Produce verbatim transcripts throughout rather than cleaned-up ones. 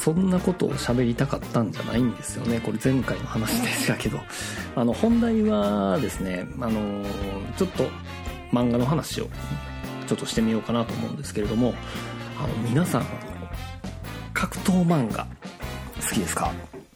そんなことを喋りたかったんじゃないんですよね。これ前回の話でしたけど、あの本題はですね、あのちょっと漫画の話をちょっとしてみようかなと思うんですけれども、あの皆さん格闘漫画好きですか？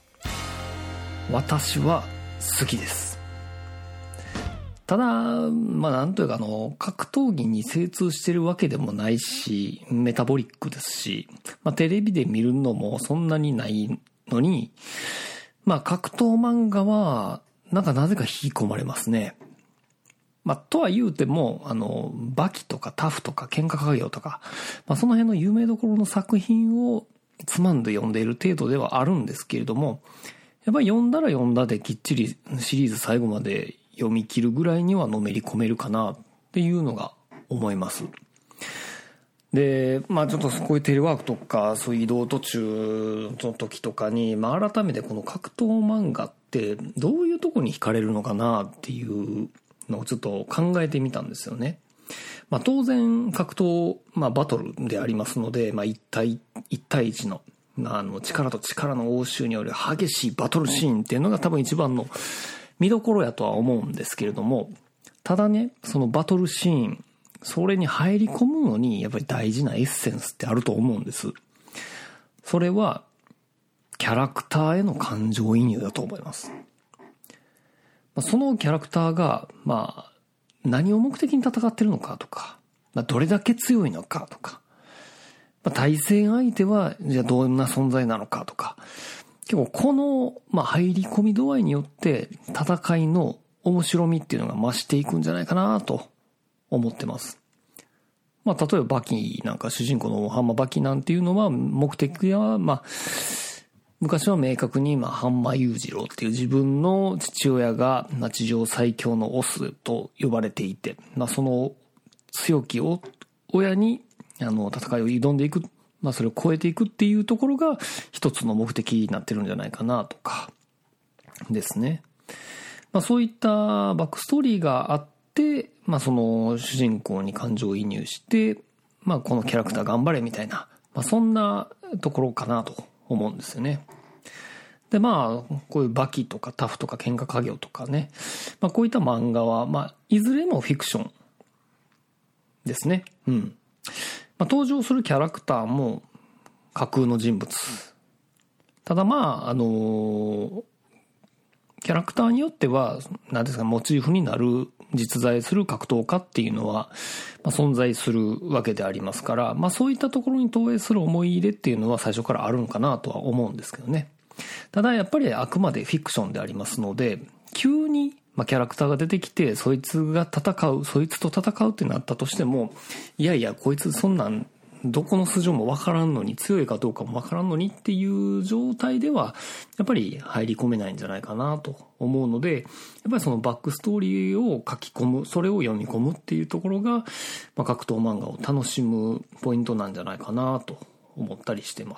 私は好きです。ただまあなんというか、あの格闘技に精通してるわけでもないし、メタボリックですし、まあ、テレビで見るのもそんなにないのに、まあ格闘漫画はなんかなぜか引き込まれますね。まあとは言うても、あのバキとかタフとか喧嘩家業とか、まあその辺の有名どころの作品をつまんで読んでいる程度ではあるんですけれども、やっぱり読んだら読んだできっちりシリーズ最後まで読み切るぐらいにはのめり込めるかなっていうのが思います。で、まあちょっとこういうテレワークとかそういう移動途中の時とかに、まあ改めてこの格闘漫画ってどういうとこに惹かれるのかなっていうのをちょっと考えてみたんですよね。まあ当然格闘、まあバトルでありますので、まあ一対一対一の、まああの力と力の応酬による激しいバトルシーンっていうのが多分一番の見どころやとは思うんですけれども、ただね、そのバトルシーン、それに入り込むのにやっぱり大事なエッセンスってあると思うんです。それはキャラクターへの感情移入だと思います。そのキャラクターがまあ何を目的に戦ってるのかとか、どれだけ強いのかとか、対戦相手はじゃあどんな存在なのかとか、結構この、まあ、入り込み度合いによって戦いの面白みっていうのが増していくんじゃないかなと思ってます。まあ、例えばバキなんか主人公のハンマーバキなんていうのは目的は、まあ、昔は明確に、まあ、ハンマー裕次郎っていう自分の父親が、まあ、地上最強のオスと呼ばれていて、まあ、その強き親に、あの、戦いを挑んでいく。まあそれを超えていくっていうところが一つの目的になってるんじゃないかなとかですね。まあそういったバックストーリーがあって、まあその主人公に感情移入して、まあこのキャラクター頑張れみたいな、まあそんなところかなと思うんですよね。でまあこういうバキとかタフとか喧嘩家業とかね、まあこういった漫画はまあいずれもフィクションですね。うん。まあ、登場するキャラクターも架空の人物。ただまあ、あのー、キャラクターによっては、何ですか、モチーフになる、実在する格闘家っていうのは、まあ、存在するわけでありますから、まあそういったところに投影する思い入れっていうのは最初からあるんかなとは思うんですけどね。ただやっぱりあくまでフィクションでありますので、急にまあ、キャラクターが出てきて、そいつが戦う、そいつと戦うってなったとしても、いやいや、こいつそんなん、どこの素性もわからんのに、強いかどうかもわからんのにっていう状態では、やっぱり入り込めないんじゃないかなと思うので、やっぱりそのバックストーリーを書き込む、それを読み込むっていうところが、まあ、格闘漫画を楽しむポイントなんじゃないかなと思ったりしてます。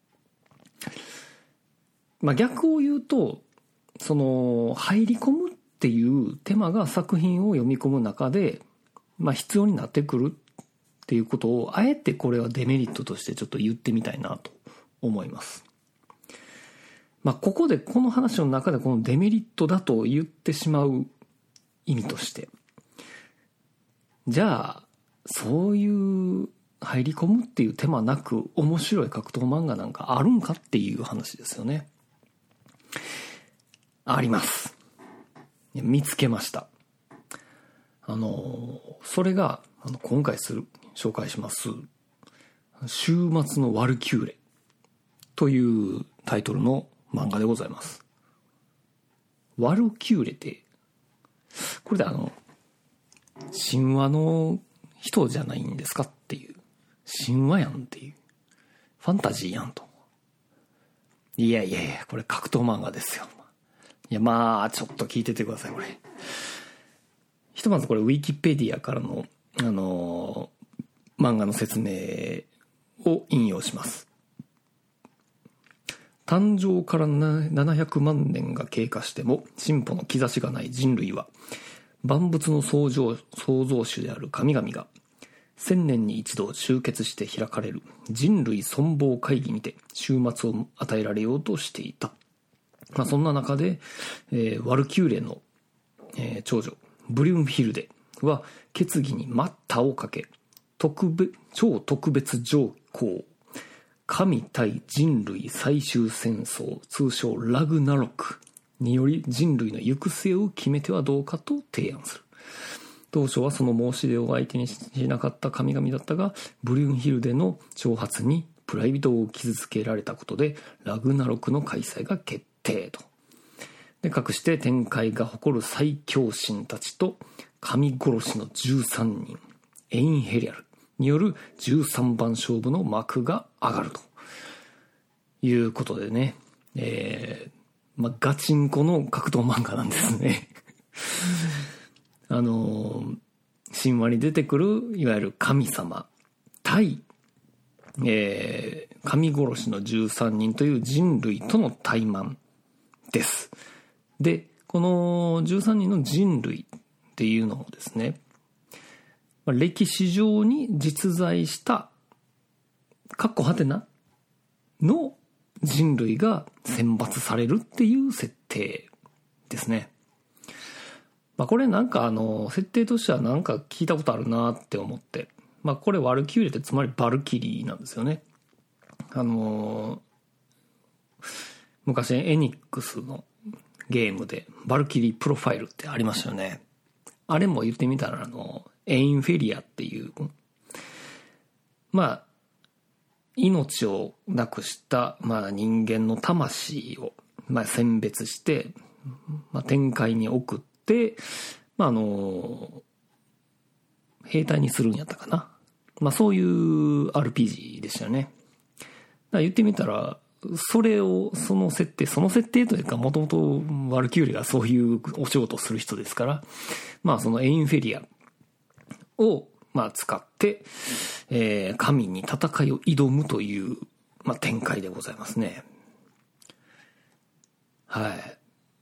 まあ、逆を言うと、その入り込むっていう手間が作品を読み込む中で、まあ、必要になってくるっていうことをあえてこれはデメリットとしてちょっと言ってみたいなと思います。まあ、ここでこの話の中でこのデメリットだと言ってしまう意味として、じゃあそういう入り込むっていう手間なく面白い格闘漫画なんかあるんかっていう話ですよね。あります。見つけました。あのそれがあの今回する紹介します週末のワルキューレというタイトルの漫画でございます。ワルキューレってこれであの神話の人じゃないんですかっていう、神話やんっていう、ファンタジーやんと。いやいやいや、これ格闘漫画ですよ。いやまあちょっと聞いててください。これひとまずこれウィキペディアからのあのー、漫画の説明を引用します。誕生からななひゃくまんねんが経過しても進歩の兆しがない人類は、万物の創造、創造主である神々が千年に一度集結して開かれる人類存亡会議にて終末を与えられようとしていた。まあ、そんな中で、えー、ワルキューレの、えー、長女ブリュンフィルデは決議に待ったをかけ、特別超特別条項神対人類最終戦争、通称ラグナロクにより人類の行く末を決めてはどうかと提案する。当初はその申し出を相手にしなかった神々だったが、ブリュンヒルデの挑発にプライドを傷つけられたことでラグナロクの開催が決定と。で、かくして天界が誇る最強神たちと神殺しのじゅうさんにん、エインヘリアルによるじゅうさんばん勝負の幕が上がるということでね、えー、まあ、ガチンコの格闘漫画なんですね。あのー、神話に出てくるいわゆる神様対、えー、神殺しのじゅうさんにんという人類との対マンです。で、このじゅうさんにんの人類っていうのもですね、歴史上に実在したかっこはてなの人類が選抜されるっていう設定ですね。まあこれなんかあの設定としてはなんか聞いたことあるなって思って、まあこれワルキューレってつまりバルキリーなんですよね。あのー、昔エニックスのゲームでバルキリープロファイルってありましたよね。あれも言ってみたらあのエインフェリアっていう、まあ命をなくした、まあ、人間の魂を、まあ、選別して、まあ、天界に送って、まあ、あの兵隊にするんやったかな、まあ、そういう アールピージー でしたよね。だから言ってみたらそれをその設定その設定というか、もともとワルキューレがそういうお仕事をする人ですから、まあそのエインフェリアをまあ使って、えー、神に戦いを挑むという、まあ、展開でございますね。はい。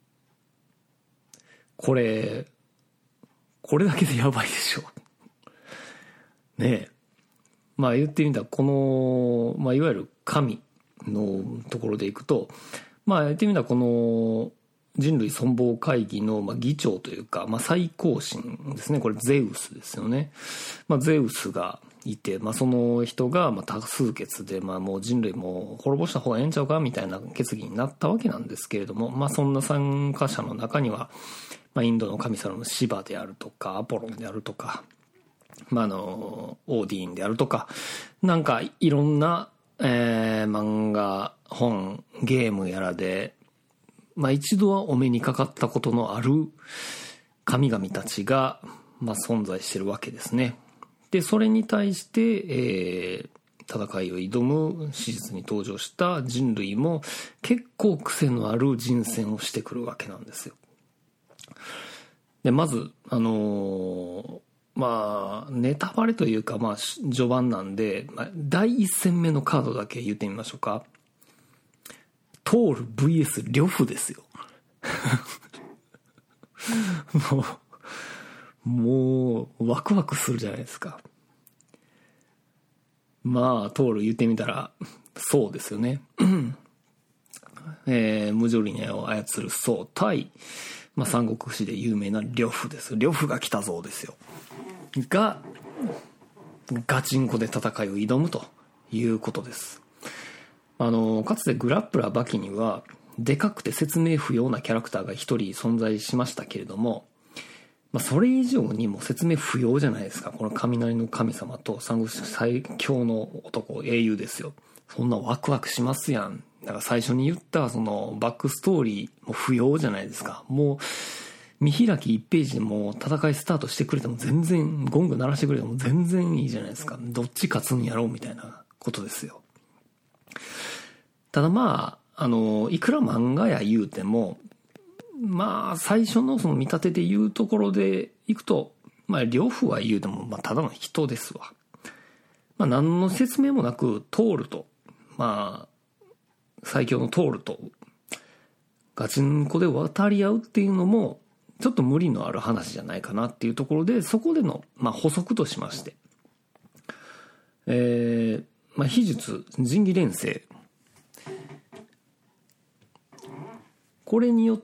これ、これだけでやばいでしょ。ねえ。まあ言ってみたら、この、まあいわゆる神のところでいくと、まあ言ってみたらこの人類存亡会議のまあ議長というか、まあ最高神ですね。これゼウスですよね。まあゼウスがいて、まあその人がまあ多数決で、まあもう人類も滅ぼした方がええんちゃうかみたいな決議になったわけなんですけれども、まあそんな参加者の中には、まあインドの神様のシバであるとか、アポロンであるとか、まああの、オーディーンであるとか、なんかいろんな、えー、漫画、本、ゲームやらで、まあ一度はお目にかかったことのある神々たちが、まあ存在してるわけですね。で、それに対して、えー、戦いを挑む史実に登場した人類も結構癖のある人選をしてくるわけなんですよ。で、まず、あのー、まあ、ネタバレというか、まあ、序盤なんで、まあ、だいいち戦目のカードだけ言ってみましょうか。トール ブイエス 呂布ですよ。もう、もう、ワクワクするじゃないですか。まあ、トール言ってみたら、そうですよね。えー、ムジョリネを操るそう対、まあ、三国志で有名な呂布です。呂布が来たぞですよ。が、ガチンコで戦いを挑むということです。あの、かつてグラップラーバキには、でかくて説明不要なキャラクターが一人存在しましたけれども、まあ、それ以上にも説明不要じゃないですか。この雷の神様と三国志最強の男、英雄ですよ。そんなワクワクしますやん。だから最初に言ったそのバックストーリーも不要じゃないですか。もう見開きいちページでもう戦いスタートしてくれても全然、ゴング鳴らしてくれても全然いいじゃないですか。どっち勝つんやろうみたいなことですよ。ただまあ、あの、いくら漫画や言うても、まあ最初のその見立てで言うところでいくと、まあ呂布は言うても、まあただの人ですわ。まあ何の説明もなくトールと、まあ最強のトールとガチンコで渡り合うっていうのもちょっと無理のある話じゃないかなっていうところで、そこでのまあ補足としまして、 えー、まあ、秘術、神器錬成。これによって、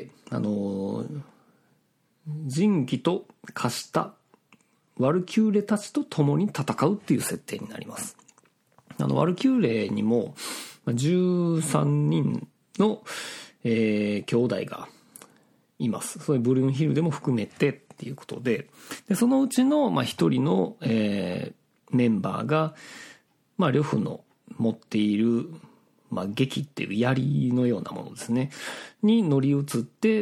あのー、神器と化したワルキューレたちと共に戦うっていう設定になります。あの、ワルキューレにもじゅうさんにんの、えー、兄弟がいます。それブルーンヒルでも含めてっていうことで、でそのうちのまあ一人の、えー、メンバーが、まあ、呂布の持っている、まあ、戟っていう槍のようなものですね、に乗り移って、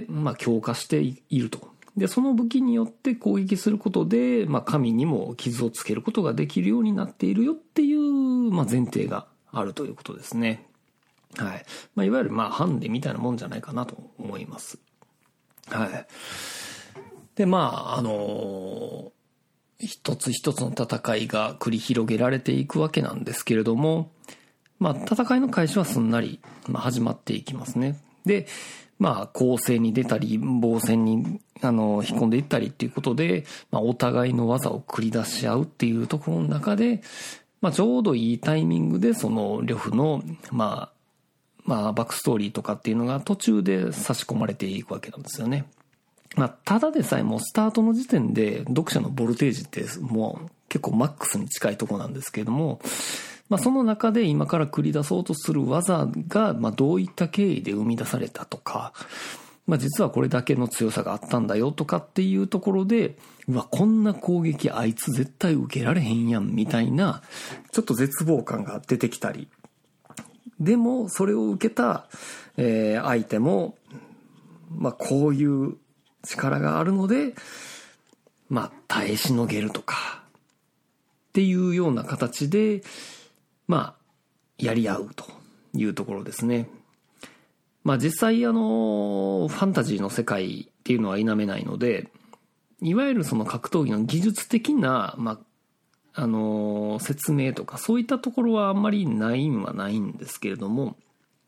まあ、強化していると。で、その武器によって攻撃することで、まあ、神にも傷をつけることができるようになっているよっていう、まあ、前提があるということですね。はい。まあ、いわゆる、まあ、ハンデみたいなもんじゃないかなと思います。はい。で、まあ、あのー、一つ一つの戦いが繰り広げられていくわけなんですけれども、まあ、戦いの開始はすんなり、まあ、始まっていきますね。で、まあ、攻勢に出たり、防戦に、あの、引っ込んでいったりっていうことで、まあ、お互いの技を繰り出し合うっていうところの中で、まあ、ちょうどいいタイミングで、その、呂布の、まあ、まあ、バックストーリーとかっていうのが途中で差し込まれていくわけなんですよね。まあ、ただでさえもうスタートの時点で、読者のボルテージってもう結構マックスに近いところなんですけれども、まあ、その中で今から繰り出そうとする技が、まあ、どういった経緯で生み出されたとか、まあ、実はこれだけの強さがあったんだよとかっていうところで、うわ、こんな攻撃あいつ絶対受けられへんやんみたいな、ちょっと絶望感が出てきたり、でもそれを受けた、えー、相手も、まあ、こういう力があるので、まあ、耐えしのげるとか、っていうような形で、まあ、やり合うというところですね。まあ実際あの、ファンタジーの世界っていうのは否めないので、いわゆるその格闘技の技術的な、まあ、あの、説明とかそういったところはあんまりないんはないんですけれども、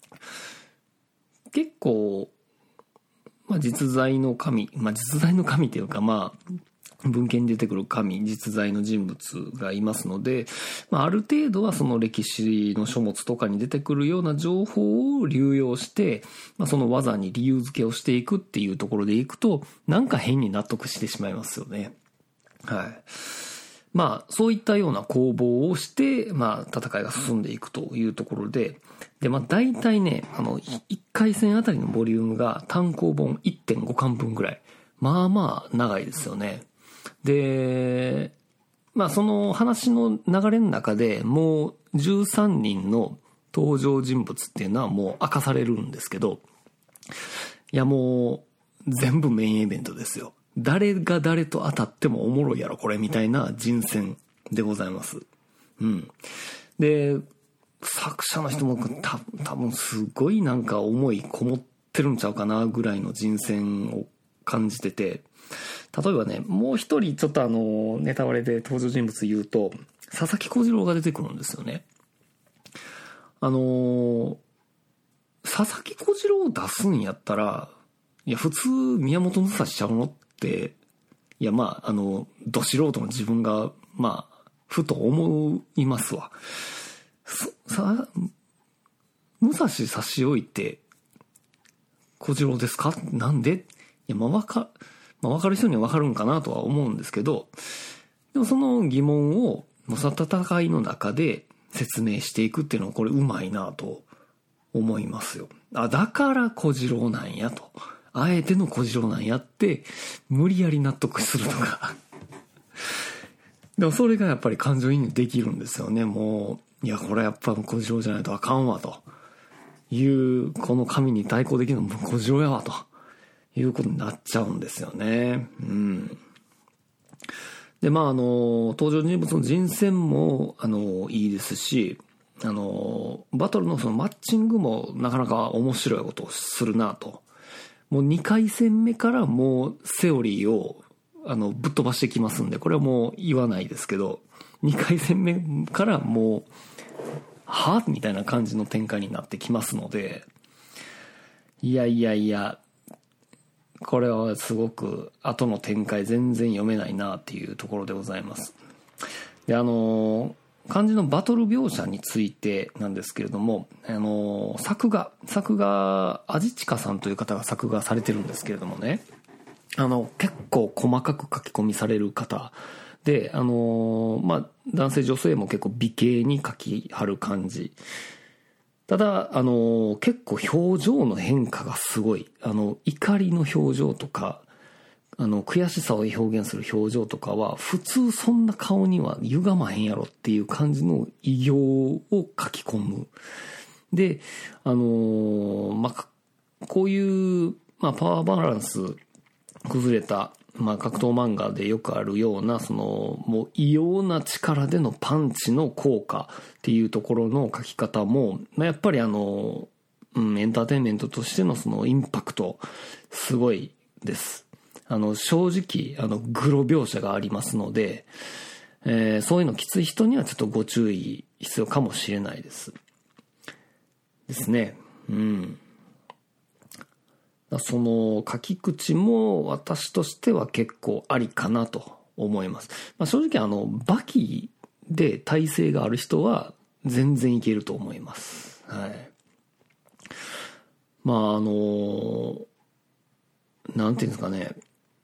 結構、まあ実在の神、まあ実在の神っていうかまあ、文献に出てくる神、実在の人物がいますので、まあ、ある程度はその歴史の書物とかに出てくるような情報を流用して、まあ、その技に理由付けをしていくっていうところでいくと、なんか変に納得してしまいますよね。はい。まあ、そういったような攻防をして、まあ、戦いが進んでいくというところで、で、まあ、大体ね、あの、いっかい戦あたりのボリュームが単行本 いってんご 巻分ぐらい。まあまあ、長いですよね。で、まあその話の流れの中でもうじゅうさんにんの登場人物っていうのはもう明かされるんですけど、いやもう全部メインイベントですよ。誰が誰と当たってもおもろいやろこれみたいな人選でございます。うん。で、作者の人もた多分すごいなんか思いこもってるんちゃうかなぐらいの人選を感じてて、例えばね、もう一人ちょっとあの、ネタバレで登場人物言うと、佐々木小次郎が出てくるんですよね。あのー、佐々木小次郎を出すんやったら、いや、普通宮本武蔵ちゃうのって、いや、まあ、あの、ど素人の自分が、まあ、ふと思いますわ。さ、武蔵差し置いて、小次郎ですかなんでいや、まあ、わか、まあ、分かる人には分かるんかなとは思うんですけど、でもその疑問を、その戦いの中で説明していくっていうのはこれうまいなと思いますよ。あ、だから小次郎なんやと。あえての小次郎なんやって、無理やり納得するとか。でもそれがやっぱり感情移入できるんですよね。もう、いや、これやっぱ小次郎じゃないとあかんわという、この神に対抗できるのも小次郎やわと。いうことになっちゃうんですよね。うん。で、まあ、あの、登場人物の人選も、あの、いいですし、あの、バトルのそのマッチングもなかなか面白いことをするなと。もうにかい戦目からもうセオリーを、あの、ぶっ飛ばしてきますんで、これはもう言わないですけど、にかい戦目からもう、はみたいな感じの展開になってきますので、いやいやいや、これはすごく後の展開全然読めないなっていうところでございます。で、あの漢字のバトル描写についてなんですけれども、あの作画作画味近さんという方が作画されてるんですけれどもね、あの結構細かく書き込みされる方で、あのまあ男性女性も結構美形に書きはる感じ。ただあの結構表情の変化がすごい、あの怒りの表情とか、あの悔しさを表現する表情とかは普通そんな顔には歪まへんやろっていう感じの異形を書き込む。で、あのー、まあ、こういう、まあ、パワーバランス崩れた、まあ、格闘漫画でよくあるような、その、もう異様な力でのパンチの効果っていうところの書き方も、まあ、やっぱりあの、うん、エンターテインメントとしてのそのインパクト、すごいです。あの、正直、あの、グロ描写がありますので、えー、そういうのきつい人にはちょっとご注意必要かもしれないです。ですね。うん。その書き口も私としては結構ありかなと思います。まあ、正直あの、バキで耐性がある人は全然いけると思います。はい。まああの、なんていうんですかね。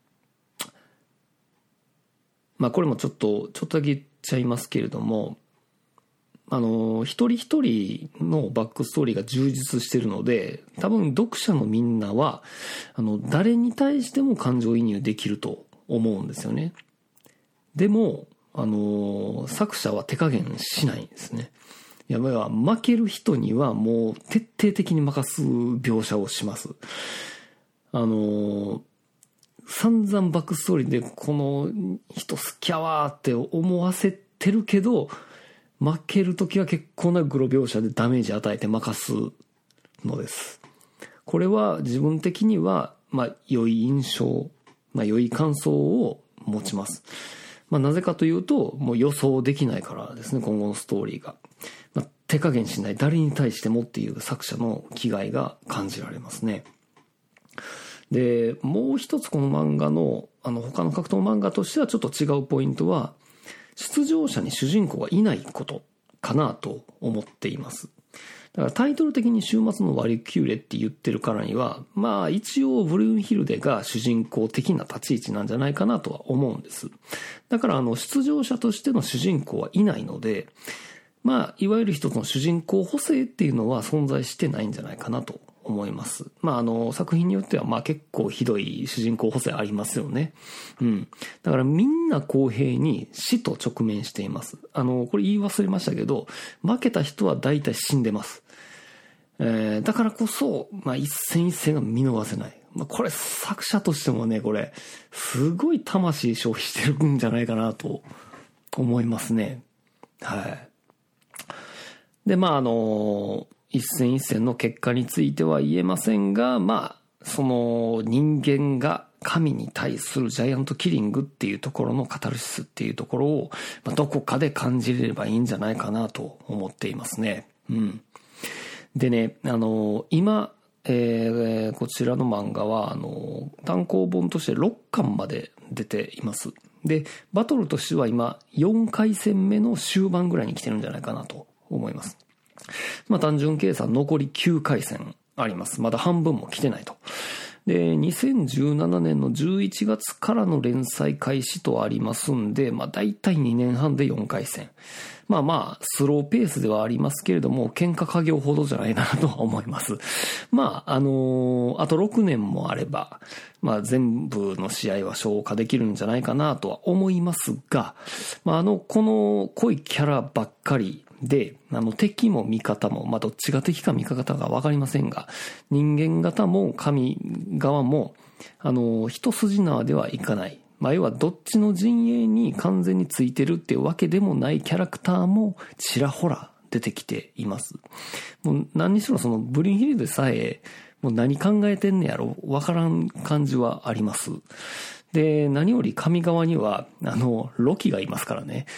まあこれもちょっと、ちょっとだけ言っちゃいますけれども、あの、一人一人のバックストーリーが充実してるので、多分読者のみんなは、あの、誰に対しても感情移入できると思うんですよね。でも、あの、作者は手加減しないんですね。いや、まあ、負ける人にはもう徹底的に任す描写をします。あの、散々バックストーリーでこの人好きやわーって思わせてるけど、負けるときは結構なグロ描写でダメージ与えて任すのです。これは自分的には、まあ、良い印象、まあ、良い感想を持ちます。まあ、なぜかというと、もう予想できないからですね、今後のストーリーが。まあ、手加減しない、誰に対してもっていう作者の気概が感じられますね。で、もう一つこの漫画の、あの、他の格闘漫画としてはちょっと違うポイントは、出場者に主人公がいないことかなと思っています。だからタイトル的に週末のワリキューレって言ってるからには、まあ一応ブルーンヒルデが主人公的な立ち位置なんじゃないかなとは思うんです。だからあの出場者としての主人公はいないので、まあいわゆる一つの主人公補正っていうのは存在してないんじゃないかなと思います。まああの作品によってはまあ結構ひどい主人公補正ありますよね。うん。だからみんな公平に死と直面しています。あのこれ言い忘れましたけど、負けた人は大体死んでます。えー、だからこそ、まあ一戦一戦が見逃せない。まあこれ作者としてもね、これすごい魂消費してるんじゃないかなと思いますね。はい。で、まああの一戦一戦の結果については言えませんが、まあ、その人間が神に対するジャイアントキリングっていうところのカタルシスっていうところを、まあ、どこかで感じれればいいんじゃないかなと思っていますね。うん。でね、あの、今、えー、こちらの漫画は、あの、単行本としてろっかんまで出ています。で、バトルとしては今、よんかい戦目の終盤ぐらいに来てるんじゃないかなと思います。まあ単純計算残りきゅうかい戦あります。まだ半分も来てないと。で、にせんじゅうななねんのじゅういちがつからの連載開始とありますんで、まあ大体にねんはんでよんかい戦。まあまあ、スローペースではありますけれども、喧嘩家業ほどじゃないなとは思います。まあ、あのー、あとろくねんもあれば、まあ全部の試合は消化できるんじゃないかなとは思いますが、まああの、この濃いキャラばっかり、で、あの敵も味方も、まあどっちが敵か味方かわかりませんが、人間型も神側も、あの、一筋縄ではいかない。まあ要はどっちの陣営に完全についてるっていうわけでもないキャラクターもちらほら出てきています。もう何にしろそのブリンヒルでさえ、もう何考えてんねやろ、わからん感じはあります。で、何より神側には、あの、ロキがいますからね。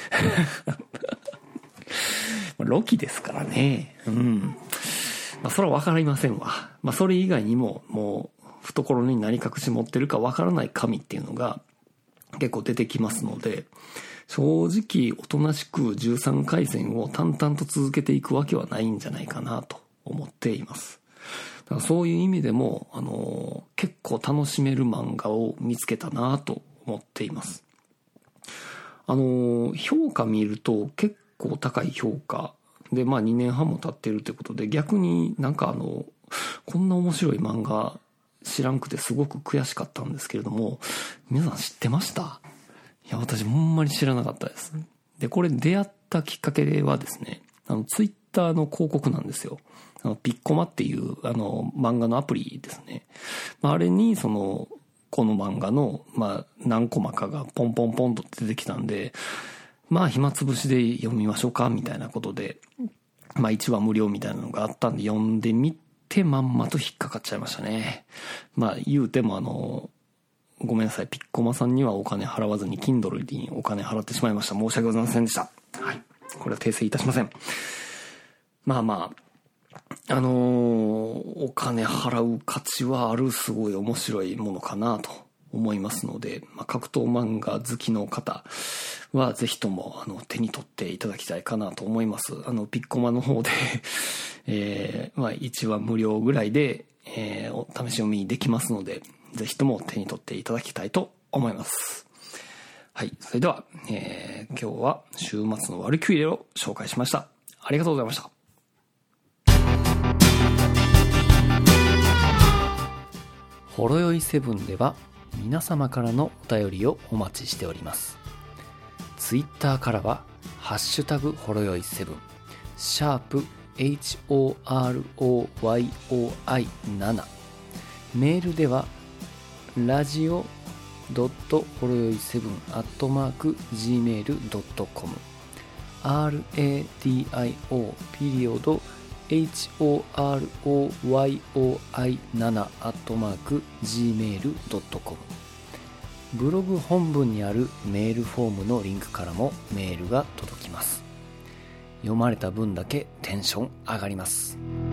ロキですからね。うん。まあ、それはわかりませんわ。まあ、それ以外にも、もう、懐に何隠し持ってるかわからない神っていうのが、 結構出てきますので、正直おとなしくじゅうさんかい戦を淡々と続けていくわけはないんじゃないかなと思っています。だからそういう意味でも、あのー、結構楽しめる漫画を見つけたなと思っています。あのー、評価見ると結構高い評価で、まあにねんはんも経ってるってことで、逆になんかあの、こんな面白い漫画知らんくてすごく悔しかったんですけれども、皆さん知ってました？いや、私ほんまに知らなかったです。で、これ出会ったきっかけはですね、あの、ツイッターの広告なんですよ。あの、ピッコマっていう、あの、漫画のアプリですね。まあ、あれに、その、この漫画の、まあ、何コマかがポンポンポンと出てきたんで、まあ、暇つぶしで読みましょうか、みたいなことで、まあ、いちわ無料みたいなのがあったんで、読んでみて、まんまと引っかかっちゃいましたね。まあ、言うてもあの、ごめんなさい。ピッコマさんにはお金払わずに Kindle にお金払ってしまいました。申し訳ございませんでした。はい。これは訂正いたしません。まあまあ、あのー、お金払う価値はあるすごい面白いものかなと思いますので、まあ、格闘漫画好きの方はぜひともあの手に取っていただきたいかなと思います。あの、ピッコマの方で、えー、まあいちわ無料ぐらいで、えー、お試し読みできますので、ぜひとも手に取っていただきたいと思います。はい。それでは、えー、今日は週末のワルキューレを紹介しました。ありがとうございました。 ほろよいセブンでは皆様からのお便りをお待ちしております。ツイッターからはハッシュタグほろよいセブン、シャープ エイチオーアールオーワイオーアイセブン、メールではラジオドットほろよいセブンアットマーク ジーメールドットコム アールエーディーアイオー ピリオド エイチオーアールオーワイオーアイセブン アットマーク ジーメールドットコム。 ブログ本文にあるメールフォームのリンクからもメールが届きます。読まれた分だけテンション上がります。